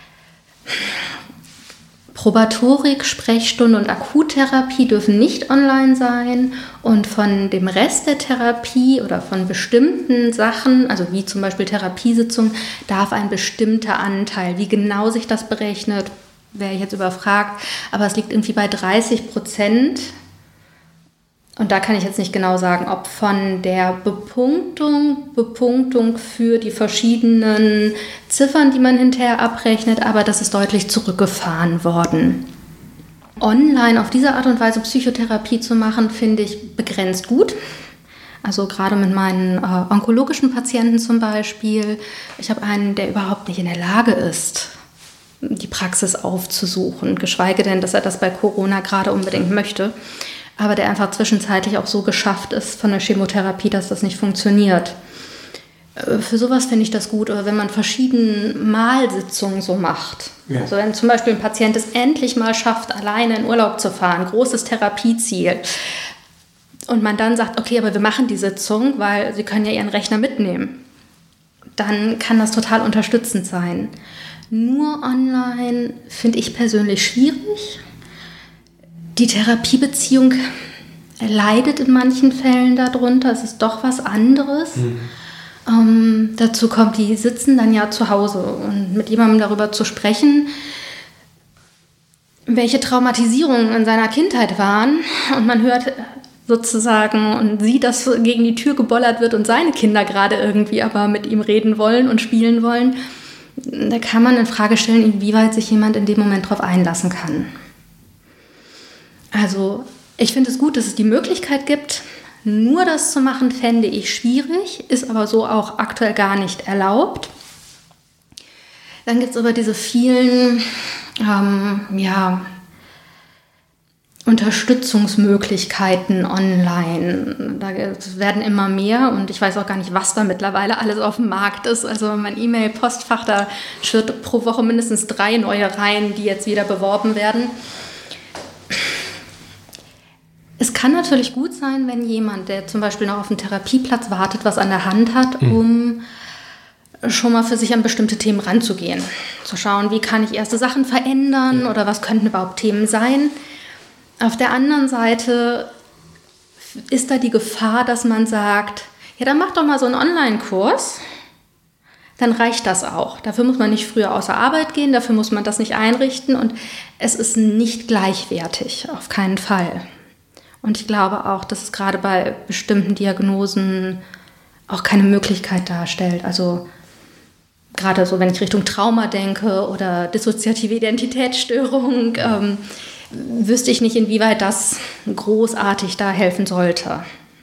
C: Probatorik, Sprechstunde und Akuttherapie dürfen nicht online sein und von dem Rest der Therapie oder von bestimmten Sachen, also wie zum Beispiel Therapiesitzung, darf ein bestimmter Anteil, wie genau sich das berechnet, wäre ich jetzt überfragt, aber es liegt irgendwie bei dreißig Prozent. Und da kann ich jetzt nicht genau sagen, ob von der Bepunktung, Bepunktung für die verschiedenen Ziffern, die man hinterher abrechnet, aber das ist deutlich zurückgefahren worden. Online auf diese Art und Weise Psychotherapie zu machen, finde ich begrenzt gut. Also gerade mit meinen äh, onkologischen Patienten zum Beispiel. Ich habe einen, der überhaupt nicht in der Lage ist, die Praxis aufzusuchen, geschweige denn, dass er das bei Corona gerade unbedingt möchte. Aber der einfach zwischenzeitlich auch so geschafft ist von der Chemotherapie, dass das nicht funktioniert. Für sowas finde ich das gut, oder wenn man verschiedene Malsitzungen so macht. Ja. Also wenn zum Beispiel ein Patient es endlich mal schafft, alleine in Urlaub zu fahren, großes Therapieziel, und man dann sagt, okay, aber wir machen die Sitzung, weil Sie können ja Ihren Rechner mitnehmen, dann kann das total unterstützend sein. Nur online finde ich persönlich schwierig. Die Therapiebeziehung leidet in manchen Fällen darunter. Es ist doch was anderes. Mhm. Ähm, dazu kommt, die sitzen dann ja zu Hause und mit jemandem darüber zu sprechen, welche Traumatisierungen in seiner Kindheit waren, und man hört sozusagen und sieht, dass gegen die Tür gebollert wird und seine Kinder gerade irgendwie aber mit ihm reden wollen und spielen wollen. Da kann man in Frage stellen, inwieweit sich jemand in dem Moment darauf einlassen kann. Also ich finde es gut, dass es die Möglichkeit gibt. Nur das zu machen, fände ich schwierig, ist aber so auch aktuell gar nicht erlaubt. Dann gibt es aber diese vielen ähm, ja, Unterstützungsmöglichkeiten online. Da werden immer mehr und ich weiß auch gar nicht, was da mittlerweile alles auf dem Markt ist. Also mein E-Mail-Postfach, da schwirrt pro Woche mindestens drei neue rein, die jetzt wieder beworben werden. Es kann natürlich gut sein, wenn jemand, der zum Beispiel noch auf einen Therapieplatz wartet, was an der Hand hat, mhm. um schon mal für sich an bestimmte Themen ranzugehen. Zu schauen, wie kann ich erste Sachen verändern ja. oder was könnten überhaupt Themen sein. Auf der anderen Seite ist da die Gefahr, dass man sagt, ja, dann mach doch mal so einen Online-Kurs, dann reicht das auch. Dafür muss man nicht früher außer Arbeit gehen, dafür muss man das nicht einrichten und es ist nicht gleichwertig, auf keinen Fall. Und ich glaube auch, dass es gerade bei bestimmten Diagnosen auch keine Möglichkeit darstellt. Also gerade so, wenn ich Richtung Trauma denke oder dissoziative Identitätsstörung, ähm, wüsste ich nicht, inwieweit das großartig da helfen sollte.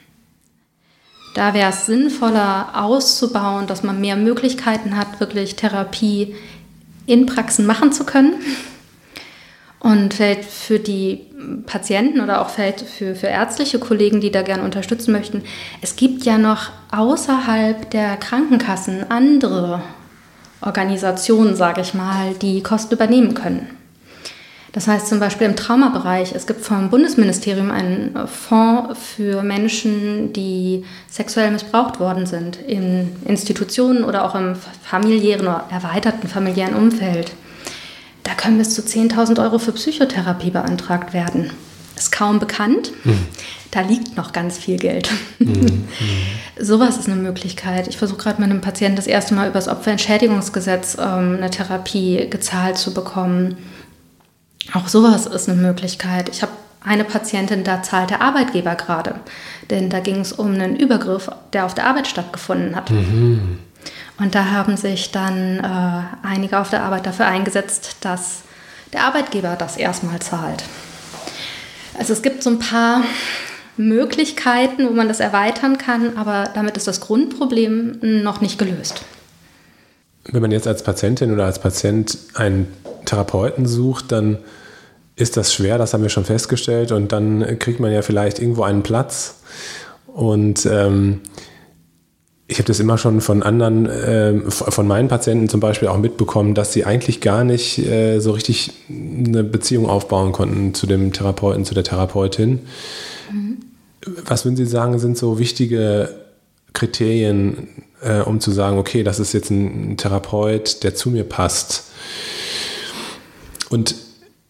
C: Da wäre es sinnvoller auszubauen, dass man mehr Möglichkeiten hat, wirklich Therapie in Praxen machen zu können. Und vielleicht für die Patienten oder auch vielleicht für, für ärztliche Kollegen, die da gerne unterstützen möchten, es gibt ja noch außerhalb der Krankenkassen andere Organisationen, sage ich mal, die Kosten übernehmen können. Das heißt zum Beispiel im Traumabereich, es gibt vom Bundesministerium einen Fonds für Menschen, die sexuell missbraucht worden sind, in Institutionen oder auch im familiären oder erweiterten familiären Umfeld. Da können bis zu zehntausend Euro für Psychotherapie beantragt werden. Ist kaum bekannt. Mhm. Da liegt noch ganz viel Geld. Mhm. Sowas ist eine Möglichkeit. Ich versuche gerade mit einem Patienten das erste Mal über das Opferentschädigungsgesetz ähm, eine Therapie gezahlt zu bekommen. Auch sowas ist eine Möglichkeit. Ich habe eine Patientin, da zahlt der Arbeitgeber gerade. Denn da ging es um einen Übergriff, der auf der Arbeit stattgefunden hat. Mhm. Und da haben sich dann äh, einige auf der Arbeit dafür eingesetzt, dass der Arbeitgeber das erstmal zahlt. Also es gibt so ein paar Möglichkeiten, wo man das erweitern kann, aber damit ist das Grundproblem noch nicht gelöst.
B: Wenn man jetzt als Patientin oder als Patient einen Therapeuten sucht, dann ist das schwer, das haben wir schon festgestellt, und dann kriegt man ja vielleicht irgendwo einen Platz. Und ähm, ich habe das immer schon von anderen, äh, von meinen Patienten zum Beispiel auch mitbekommen, dass sie eigentlich gar nicht äh, so richtig eine Beziehung aufbauen konnten zu dem Therapeuten, zu der Therapeutin. Mhm. Was würden Sie sagen, sind so wichtige Kriterien, äh, um zu sagen, okay, das ist jetzt ein Therapeut, der zu mir passt? Und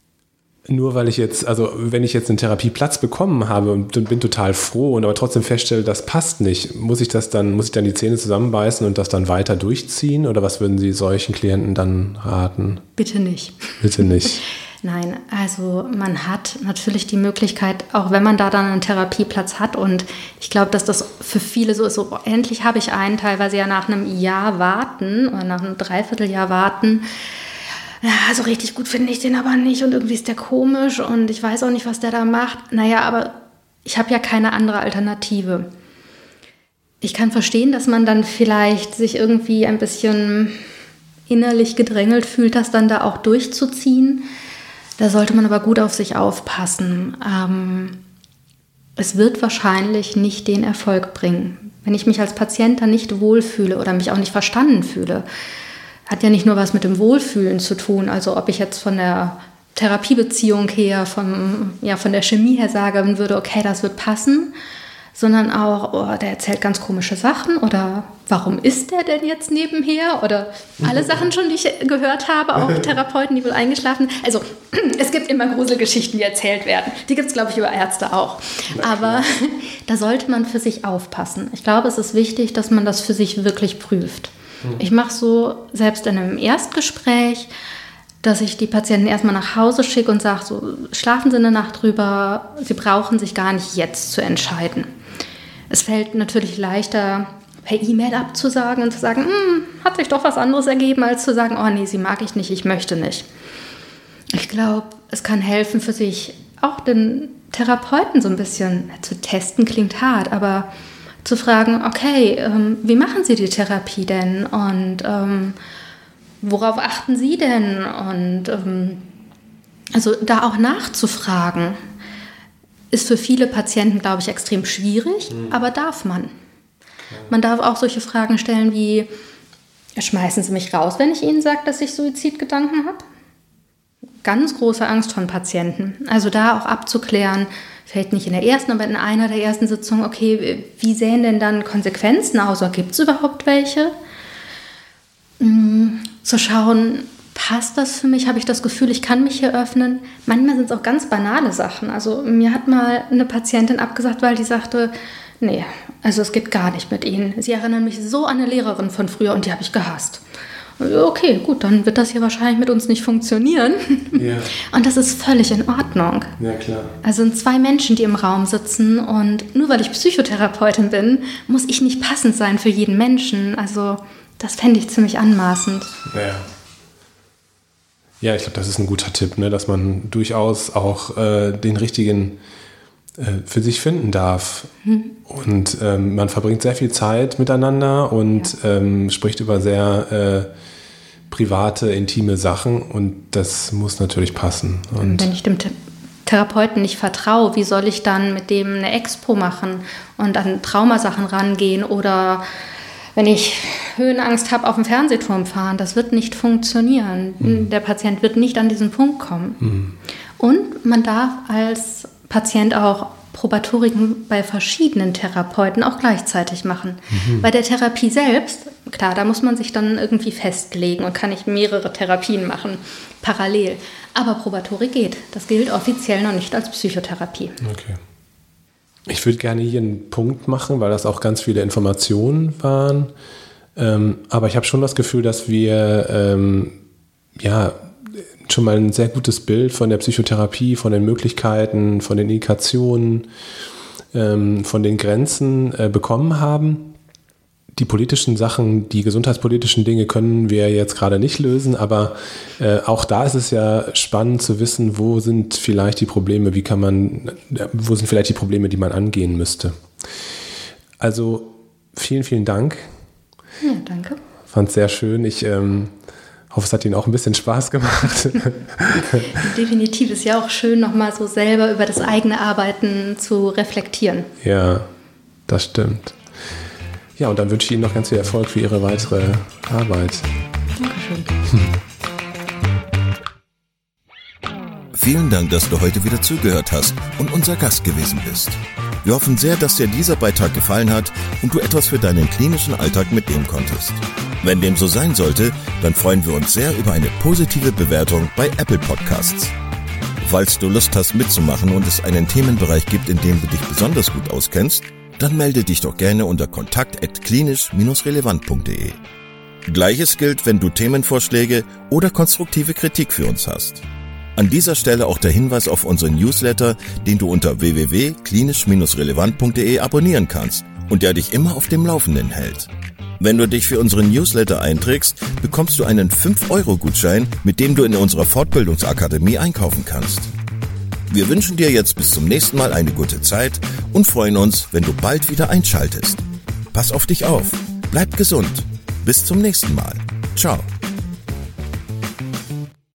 B: nur weil ich jetzt, also wenn ich jetzt einen Therapieplatz bekommen habe und bin total froh und aber trotzdem feststelle, das passt nicht, muss ich das dann, muss ich dann die Zähne zusammenbeißen und das dann weiter durchziehen? Oder was würden Sie solchen Klienten dann raten?
C: Bitte nicht.
B: Bitte nicht.
C: Nein, also man hat natürlich die Möglichkeit, auch wenn man da dann einen Therapieplatz hat, und ich glaube, dass das für viele so ist, so endlich habe ich einen, teilweise ja nach einem Jahr warten oder nach einem Dreivierteljahr warten. Ja, so richtig gut finde ich den aber nicht und irgendwie ist der komisch und ich weiß auch nicht, was der da macht. Naja, aber ich habe ja keine andere Alternative. Ich kann verstehen, dass man dann vielleicht sich irgendwie ein bisschen innerlich gedrängelt fühlt, das dann da auch durchzuziehen. Da sollte man aber gut auf sich aufpassen. Ähm, es wird wahrscheinlich nicht den Erfolg bringen. Wenn ich mich als Patient dann nicht wohlfühle oder mich auch nicht verstanden fühle, hat ja nicht nur was mit dem Wohlfühlen zu tun, also ob ich jetzt von der Therapiebeziehung her, von, ja, von der Chemie her sagen würde, okay, das wird passen, sondern auch, oh, der erzählt ganz komische Sachen oder warum ist der denn jetzt nebenher? Oder alle Sachen schon, die ich gehört habe, auch Therapeuten, die wohl eingeschlafen sind. Also es gibt immer Gruselgeschichten, die erzählt werden. Die gibt es, glaube ich, über Ärzte auch. Aber da sollte man für sich aufpassen. Ich glaube, es ist wichtig, dass man das für sich wirklich prüft. Ich mache so, selbst in einem Erstgespräch, dass ich die Patienten erstmal nach Hause schicke und sage, so, schlafen Sie eine Nacht drüber, Sie brauchen sich gar nicht jetzt zu entscheiden. Es fällt natürlich leichter, per E-Mail abzusagen und zu sagen, hat sich doch was anderes ergeben, als zu sagen, oh nee, Sie mag ich nicht, ich möchte nicht. Ich glaube, es kann helfen für sich, auch den Therapeuten so ein bisschen zu testen, klingt hart, aber zu fragen, okay, ähm, wie machen Sie die Therapie denn und ähm, worauf achten Sie denn? Und ähm, also da auch nachzufragen, ist für viele Patienten, glaube ich, extrem schwierig, mhm. aber darf man. Man darf auch solche Fragen stellen wie, schmeißen Sie mich raus, wenn ich Ihnen sage, dass ich Suizidgedanken habe? Ganz große Angst von Patienten. Also da auch abzuklären, vielleicht nicht in der ersten, aber in einer der ersten Sitzungen, okay, wie sehen denn dann Konsequenzen aus? Oder gibt es überhaupt welche? Mhm. Zu schauen, passt das für mich? Habe ich das Gefühl, ich kann mich hier öffnen? Manchmal sind es auch ganz banale Sachen. Also mir hat mal eine Patientin abgesagt, weil die sagte, nee, also es geht gar nicht mit Ihnen. Sie erinnern mich so an eine Lehrerin von früher und die habe ich gehasst. Okay, gut, dann wird das hier wahrscheinlich mit uns nicht funktionieren. Ja. Und das ist völlig in Ordnung.
B: Ja, klar.
C: Also sind zwei Menschen, die im Raum sitzen und nur weil ich Psychotherapeutin bin, muss ich nicht passend sein für jeden Menschen. Also das fände ich ziemlich anmaßend.
B: Ja, ja, ich glaube, das ist ein guter Tipp, ne? Dass man durchaus auch äh, den richtigen äh, für sich finden darf. Hm. Und ähm, man verbringt sehr viel Zeit miteinander und ja. ähm, spricht über sehr äh, private, intime Sachen und das muss natürlich passen. Und
C: wenn ich dem Therapeuten nicht vertraue, wie soll ich dann mit dem eine Expo machen und an Traumasachen rangehen oder wenn ich Höhenangst habe, auf dem Fernsehturm fahren, das wird nicht funktionieren. Mhm. Der Patient wird nicht an diesen Punkt kommen. Mhm. Und man darf als Patient auch Probatoriken bei verschiedenen Therapeuten auch gleichzeitig machen. Mhm. Bei der Therapie selbst, klar, da muss man sich dann irgendwie festlegen und kann nicht mehrere Therapien machen, parallel. Aber Probatorik geht. Das gilt offiziell noch nicht als Psychotherapie.
B: Okay. Ich würde gerne hier einen Punkt machen, weil das auch ganz viele Informationen waren. Ähm, aber ich habe schon das Gefühl, dass wir ähm, ja schon mal ein sehr gutes Bild von der Psychotherapie, von den Möglichkeiten, von den Indikationen, ähm, von den Grenzen äh, bekommen haben. Die politischen Sachen, die gesundheitspolitischen Dinge können wir jetzt gerade nicht lösen, aber äh, auch da ist es ja spannend zu wissen, wo sind vielleicht die Probleme, wie kann man, wo sind vielleicht die Probleme, die man angehen müsste. Also vielen, vielen Dank.
C: Ja, danke.
B: Fand es sehr schön. Ich ähm, hoffe, es hat Ihnen auch ein bisschen Spaß gemacht.
C: Definitiv, ist ja auch schön, nochmal so selber über das eigene Arbeiten zu reflektieren.
B: Ja, das stimmt. Ja, und dann wünsche ich Ihnen noch ganz viel Erfolg für Ihre weitere Arbeit.
C: Dankeschön.
A: Vielen Dank, dass du heute wieder zugehört hast und unser Gast gewesen bist. Wir hoffen sehr, dass dir dieser Beitrag gefallen hat und du etwas für deinen klinischen Alltag mitnehmen konntest. Wenn dem so sein sollte, dann freuen wir uns sehr über eine positive Bewertung bei Apple Podcasts. Falls du Lust hast mitzumachen und es einen Themenbereich gibt, in dem du dich besonders gut auskennst, dann melde dich doch gerne unter kontakt at klinisch relevant punkt de. Gleiches gilt, wenn du Themenvorschläge oder konstruktive Kritik für uns hast. An dieser Stelle auch der Hinweis auf unseren Newsletter, den du unter w w w punkt klinisch relevant punkt de abonnieren kannst und der dich immer auf dem Laufenden hält. Wenn du dich für unseren Newsletter einträgst, bekommst du einen fünf Euro Gutschein, mit dem du in unserer Fortbildungsakademie einkaufen kannst. Wir wünschen dir jetzt bis zum nächsten Mal eine gute Zeit und freuen uns, wenn du bald wieder einschaltest. Pass auf dich auf, bleib gesund. Bis zum nächsten Mal. Ciao.